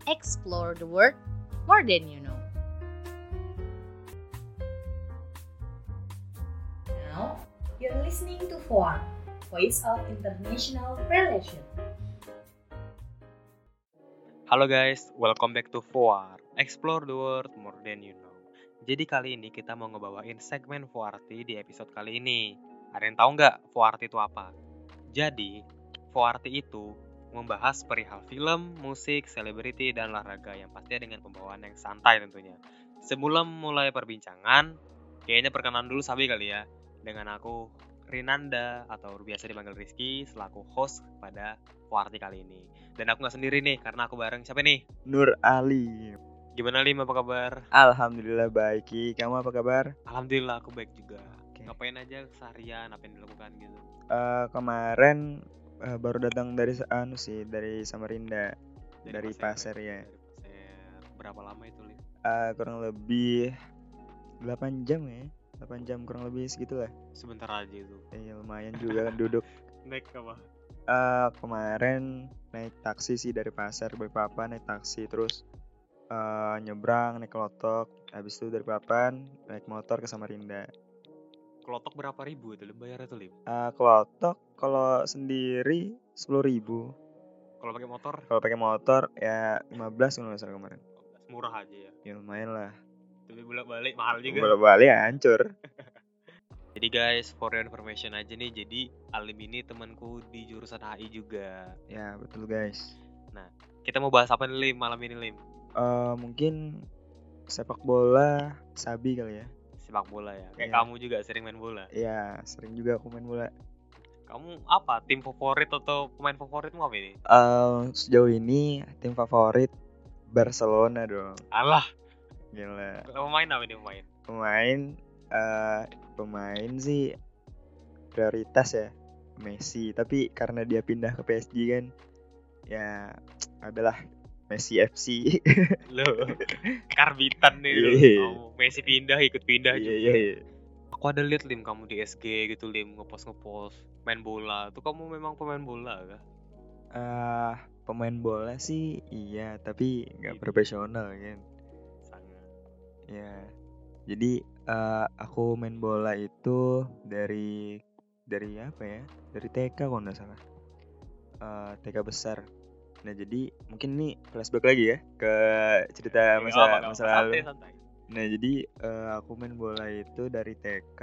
explore the world more than you know. Now, you're listening to FOAR, Voice of International Relations. Halo guys, welcome back to FOAR, Explore the World More Than You Know. Jadi kali ini kita mau ngebawain segmen FOART di episode kali ini. Ada yang tahu nggak FOART itu apa? Jadi, FOART itu membahas perihal film, musik, selebriti, dan olahraga yang pastinya dengan pembawaan yang santai tentunya. Sebelum mulai perbincangan, kayaknya perkenalan dulu Sabi kali ya. Dengan aku, Rinanda, atau biasa dipanggil Rizky, selaku host pada FOART kali ini. Dan aku nggak sendiri nih, karena aku bareng siapa nih? Nur Ali. Gimana Lim, apa kabar? Alhamdulillah baik. Ki. Kamu apa kabar? Alhamdulillah aku baik juga. Oke. Ngapain aja seharian, apa yang dilakukan gitu? Kemarin baru datang dari dari Samarinda, dari Pasir ya. Dari Pasir. Berapa lama itu Lim? Kurang lebih 8 jam ya. 8 jam kurang lebih segitulah. Sebentar aja itu. Lumayan juga kan duduk. Naik apa? Kemarin naik taksi sih dari Pasir, Balikpapan naik taksi, terus nyebrang naik Klotok, habis itu dari Papan naik motor ke Samarinda. Klotok berapa ribu itu Lim? Bayarnya tuh Lim? Klotok kalau sendiri 10.000. Kalau pakai motor? Kalau pakai motor ya 15 kalau nggak salah kemarin. Murah aja ya. Ya lumayan lah. Tapi bolak-balik mahal juga. Bolak-balik hancur. Jadi guys, for your information aja nih, jadi Alim ini temanku di jurusan HI juga. Ya betul guys. Nah, kita mau bahas apa nih Lim malam ini Lim? Mungkin sepak bola Sabi kali ya. Sepak bola ya. Kayak Ya. kamu juga sering main bola. Ya sering juga aku main bola. Kamu apa? Tim favorit atau pemain favoritmu apa ini? Sejauh ini tim favorit Barcelona dong. Alah, Gila. pemain apa nih pemain? Pemain sih prioritas ya Messi, tapi karena dia pindah ke PSG kan ya adalah Messi FC. Loh, karbitan nih loh. Iya. Kamu Messi ikut pindah juga. Iya. Aku ada lihat Lim kamu di SG gitu Lim, ngepost main bola. Tuh kamu memang pemain bola kah? Pemain bola sih iya, tapi nggak profesional kan. Sangat. Ya. Jadi aku main bola itu dari apa ya? Dari TK kalau nggak salah. TK besar. Nah jadi mungkin nih flashback lagi ya ke cerita masa lalu. Santai. Nah jadi aku main bola itu dari TK.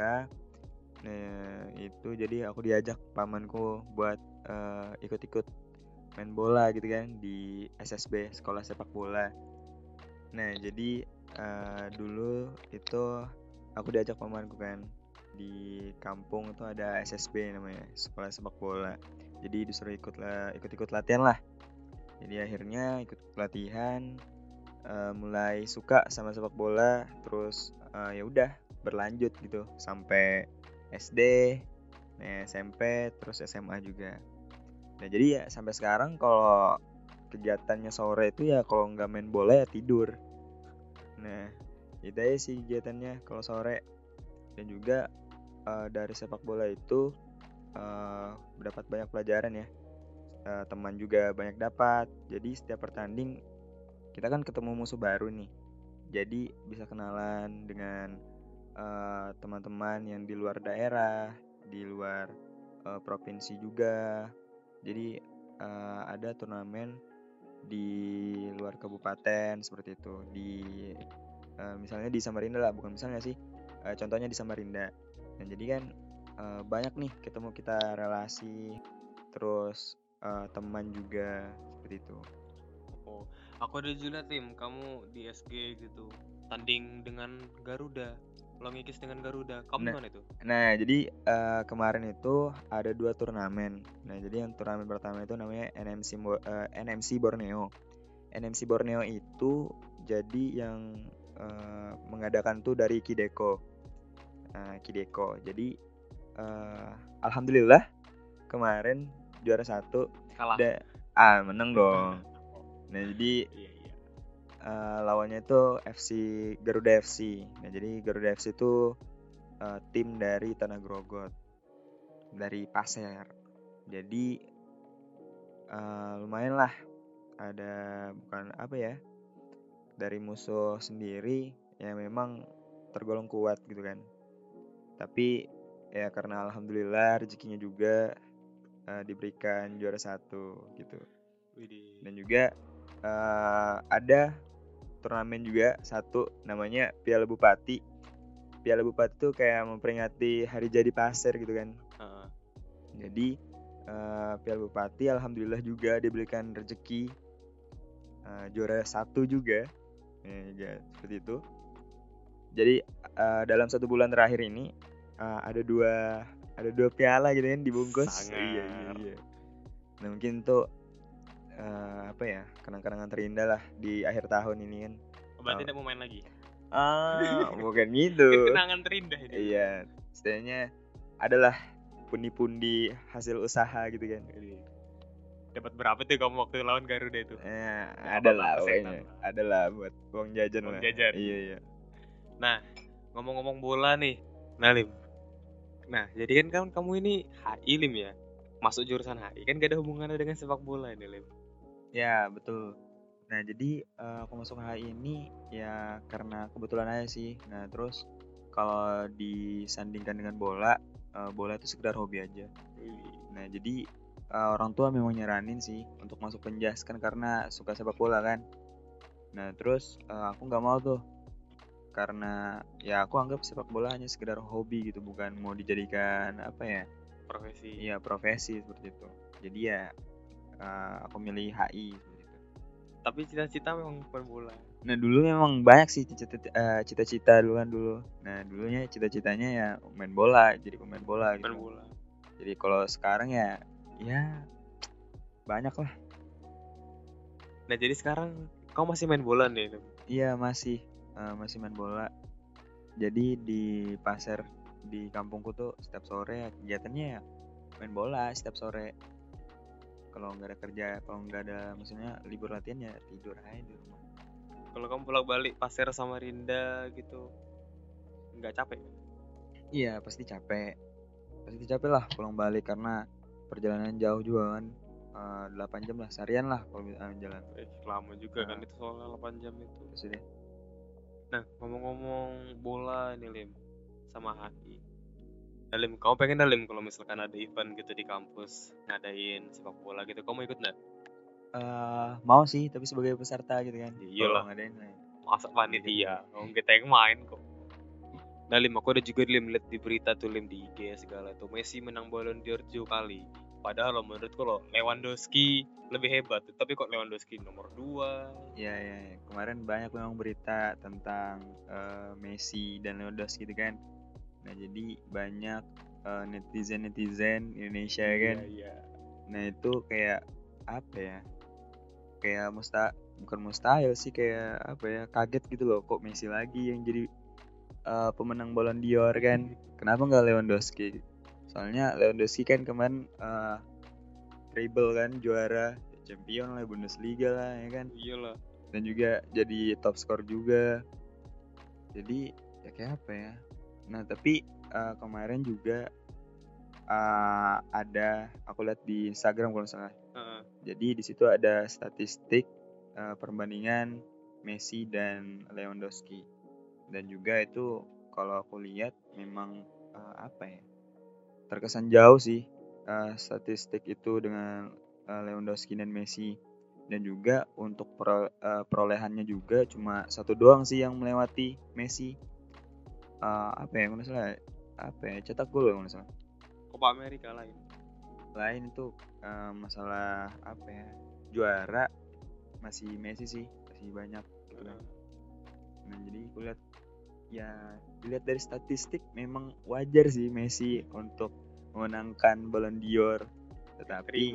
Nah itu jadi aku diajak pamanku buat ikut-ikut main bola gitu kan di SSB, sekolah sepak bola. Nah jadi dulu itu aku diajak pamanku kan, di kampung itu ada SSB namanya, sekolah sepak bola. Jadi disuruh ikut latihan lah. Jadi akhirnya ikut latihan, mulai suka sama sepak bola, terus ya udah berlanjut gitu sampai SD, SMP, terus SMA juga. Nah jadi ya sampai sekarang kalau kegiatannya sore itu ya kalau nggak main bola ya tidur. Nah itu aja sih kegiatannya kalau sore. Dan juga dari sepak bola itu mendapat banyak pelajaran ya. Teman juga banyak dapat. Jadi setiap pertanding kita kan ketemu musuh baru nih. Jadi bisa kenalan dengan teman-teman yang di luar daerah, di luar provinsi juga. Jadi ada turnamen di luar kabupaten seperti itu. Misalnya di Samarinda lah, bukan misalnya sih. Contohnya di Samarinda. Dan jadi kan banyak nih ketemu kita relasi, terus teman juga seperti itu. Oh, aku ada juga tim kamu di SG gitu. Tanding dengan Garuda. Lo ngikis dengan Garuda. Kamu gimana itu? Nah, jadi kemarin itu ada 2 turnamen. Nah, jadi yang turnamen pertama itu namanya NMC Borneo. NMC Borneo itu jadi yang mengadakan tuh dari Kideko. Jadi alhamdulillah kemarin juara 1. Kalah. Menang dong. Nah, jadi lawannya itu Garuda FC. Nah, jadi Garuda FC itu tim dari Tanah Grogot, dari Pasir. Jadi lumayan lah bukan apa ya, dari musuh sendiri yang memang tergolong kuat gitu kan. Tapi ya karena alhamdulillah rezekinya juga diberikan juara 1 gitu. Widih. Dan juga ada turnamen juga satu namanya Piala Bupati. Piala Bupati tuh kayak memperingati hari jadi pasir gitu kan. Heeh. Jadi Piala Bupati alhamdulillah juga diberikan rezeki juara 1 juga. Ya, seperti itu. Jadi dalam 1 bulan terakhir ini ada dua piala gitu kan dibungkus. Sangar. Iya. Nah mungkin tuh apa ya, kenang-kenangan terindah lah di akhir tahun ini kan. Berarti tidak mau main lagi. Bukan gitu. Kenangan terindah ini. Iya, setidaknya adalah pundi-pundi hasil usaha gitu kan. Dapat berapa tuh kamu waktu lawan Garuda itu? Ada lah pokoknya. Ada lah buat uang jajan Uang lah. jajan. Iya. Nah, ngomong-ngomong bola nih, nah Lim. Nah, jadi kan kamu ini HI Lim ya? Masuk jurusan HI kan gak ada hubungannya dengan sepak bola ini Lim. Ya, betul. Nah, jadi aku masuk HI ini ya karena kebetulan aja sih. Nah, terus kalau disandingkan dengan bola, bola itu sekedar hobi aja. Nah, jadi orang tua memang nyaranin sih untuk masuk Penjas kan karena suka sepak bola kan. Nah, terus aku nggak mau tuh karena ya aku anggap sepak bola hanya sekedar hobi gitu, bukan mau dijadikan apa ya, Profesi. iya profesi seperti itu. Jadi ya aku milih HI seperti itu. Tapi cita-cita memang bukan bola. Nah dulu memang banyak sih cita-cita dulu. Nah dulunya cita-citanya ya main bola, jadi pemain bola gitu. Main bola. Jadi kalau sekarang ya banyak lah. Nah, jadi sekarang kamu masih main bola nih Lim? Iya masih main bola. Jadi di pasar di kampungku tuh setiap sore kegiatannya ya main bola setiap sore. Kalau nggak ada kerja, kalau nggak ada maksudnya libur latihan ya tidur aja di rumah. Kalau kamu bolak-balik Pasir sama Rinda gitu, nggak capek? Iya pasti capek lah pulang balik karena perjalanan jauh juga kan. 8 jam lah seharian lah kalau jalan. Lama juga kan itu soalnya 8 jam itu. Sudah. Nah, ngomong-ngomong bola nih Lim, sama HI. Nah, Lim, kamu pengen dah Lim kalau misalkan ada event gitu di kampus ngadain sepak bola gitu, kamu ikut nggak? Mau sih tapi sebagai peserta gitu kan. Iyalah. Kalau ngadain Masa panitia, kita yang main kok. Nah Lim, aku ada juga Lim lihat di berita tuh Lim di IG segala tuh Messi menang Ballon d'Or 7 kali. Padahal menurutku loh Lewandowski lebih hebat, tapi kok Lewandowski nomor 2. Iya. Kemarin banyak memang berita tentang Messi dan Lewandowski gitu kan. Nah jadi banyak netizen Indonesia kan. Iya. Nah itu kayak apa ya? Kayak bukan mustahil sih, kayak apa ya? Kaget gitu loh kok Messi lagi yang jadi pemenang Ballon d'Or kan. Kenapa nggak Lewandowski? Soalnya Lewandowski kan kemarin treble kan, juara champion lah, Bundesliga lah ya kan. Iyalah. Dan juga jadi top skor juga. Jadi ya kayak apa ya? Nah tapi kemarin juga ada aku lihat di Instagram kalau nggak salah. Jadi di situ ada statistik perbandingan Messi dan Lewandowski. Dan juga itu kalau aku lihat memang terkesan jauh sih statistik itu dengan Lewandowski dan Messi. Dan juga untuk perolehannya juga cuma satu doang sih yang melewati Messi. Cetak gol kalau nggak salah. Copa America Lain itu masalah juara masih Messi sih, masih banyak gitu kan. Nah jadi aku lihat ya dilihat dari statistik memang wajar sih Messi untuk memenangkan Ballon d'Or, tetapi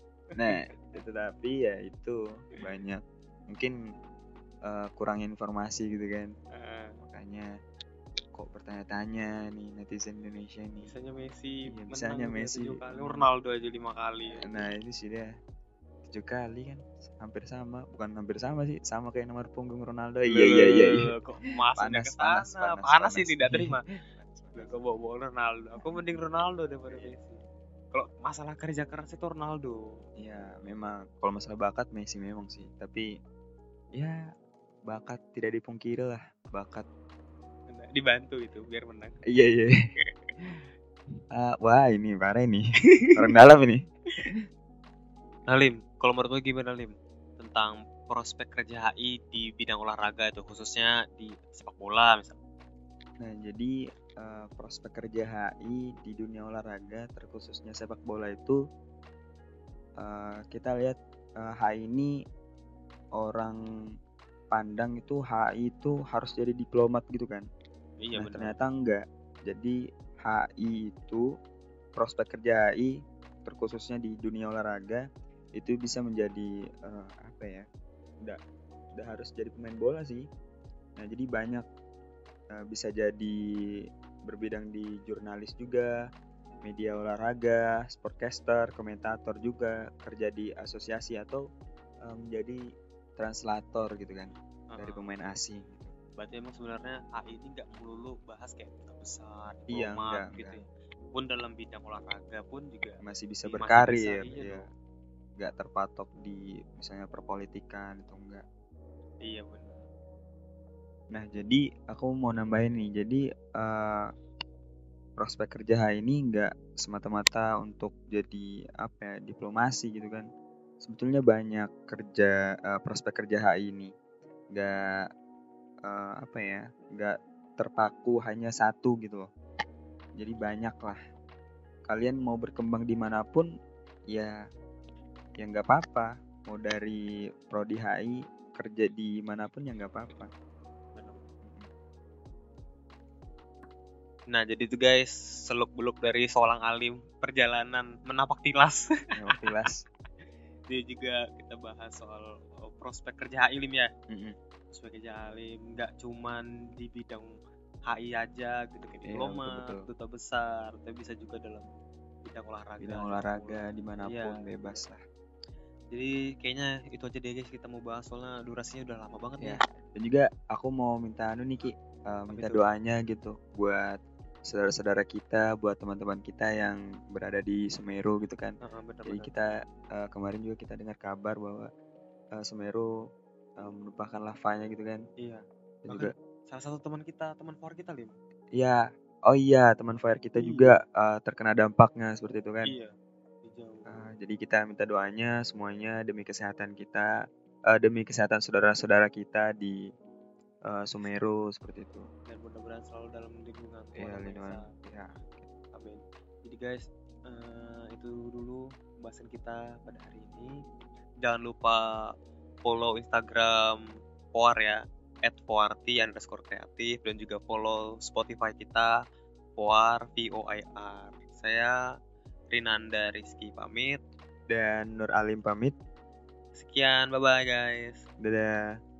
ya itu banyak mungkin kurang informasi gitu kan. Makanya kok bertanya-tanya nih netizen Indonesia nih. Misalnya Messi 7 kali, Ronaldo aja 5 kali. Nah ini sih dia 7 kali kan, hampir sama, bukan hampir sama sih, sama kayak nomor punggung Ronaldo. Iya. Kok masuknya ke sana? Panas sih tidak terima. Kok bawa Ronaldo. Aku mending Ronaldo daripada Messi. Kalau masalah kerja keras itu Ronaldo. Ya memang kalau masalah bakat Messi memang sih, tapi ya bakat tidak dipungkiri lah, bakat. Dibantu itu biar menang. Iya iya. Wah ini parah ini. Orang dalam ini. Nah Lim, kalau menurut lu gimana Lim tentang prospek kerja HI di bidang olahraga itu, khususnya di sepak bola misalnya? Nah jadi prospek kerja HI di dunia olahraga terkhususnya sepak bola itu kita lihat HI ini orang pandang itu HI itu harus jadi diplomat gitu kan. Iya Nah benar. ternyata enggak. Jadi HI itu prospek kerja HI terkhususnya di dunia olahraga itu bisa menjadi apa ya? Udah harus jadi pemain bola sih. Nah jadi banyak bisa jadi berbidang di jurnalis juga, media olahraga, sportcaster, komentator juga, kerja di asosiasi atau menjadi translator gitu kan dari pemain asing. Berarti emang sebenarnya HI ini nggak melulu bahas kayak duta besar, Iya, diplomat enggak. gitu ya. Pun dalam bidang olahraga pun juga Masih bisa masih berkarir, bisa, iya ya. dong. Nggak terpatok di misalnya perpolitikan atau enggak. Iya benar. Nah jadi aku mau nambahin nih, jadi prospek kerja ini nggak semata-mata untuk jadi apa ya, diplomasi gitu kan. Sebetulnya banyak kerja prospek kerja HI ini nggak apa ya, nggak terpaku hanya satu gitu loh. Jadi banyak lah. Kalian mau berkembang dimanapun ya nggak apa-apa. Mau dari prodi HI kerja di manapun ya nggak apa-apa. Benar. Nah jadi itu guys, seluk-beluk dari seorang alim perjalanan menapak tilas. Menapak tilas. Dia juga kita bahas soal prospek kerja HI Lim ya. Prospek kerja Lim nggak cuman di bidang HI aja gitu kayak diplomat, betul. duta besar, tapi bisa juga dalam bidang olahraga. Bidang olahraga dimanapun bebas lah. Jadi kayaknya itu aja deh guys kita mau bahas, soalnya durasinya udah lama banget Ya. nih. Dan juga aku mau minta nih Ki, minta itu? doanya gitu buat saudara-saudara kita, buat teman-teman kita yang berada di Semeru gitu kan. Benar-benar. Jadi kita kemarin juga kita dengar kabar bahwa Semeru menumpahkan lavanya gitu kan. Iya. Dan Bahkan juga salah satu teman kita, teman for kita Lim. iya, oh iya teman fire kita juga terkena dampaknya seperti itu kan. Iya. Jadi kita minta doanya semuanya demi kesehatan kita, demi kesehatan saudara-saudara kita di Semeru seperti itu. Dan mudah-mudahan selalu dalam lingkungan Tuhan Iya, yang lingkungan. Maha Esa. Ya. Amin. Jadi guys, itu dulu pembahasan kita pada hari ini. Jangan lupa follow Instagram Poar ya, @poarti_kreatif, dan juga follow Spotify kita Poar VOIR. Saya Rinanda Rizky pamit. Dan Nur Alim pamit. Sekian, bye bye guys. Dadah.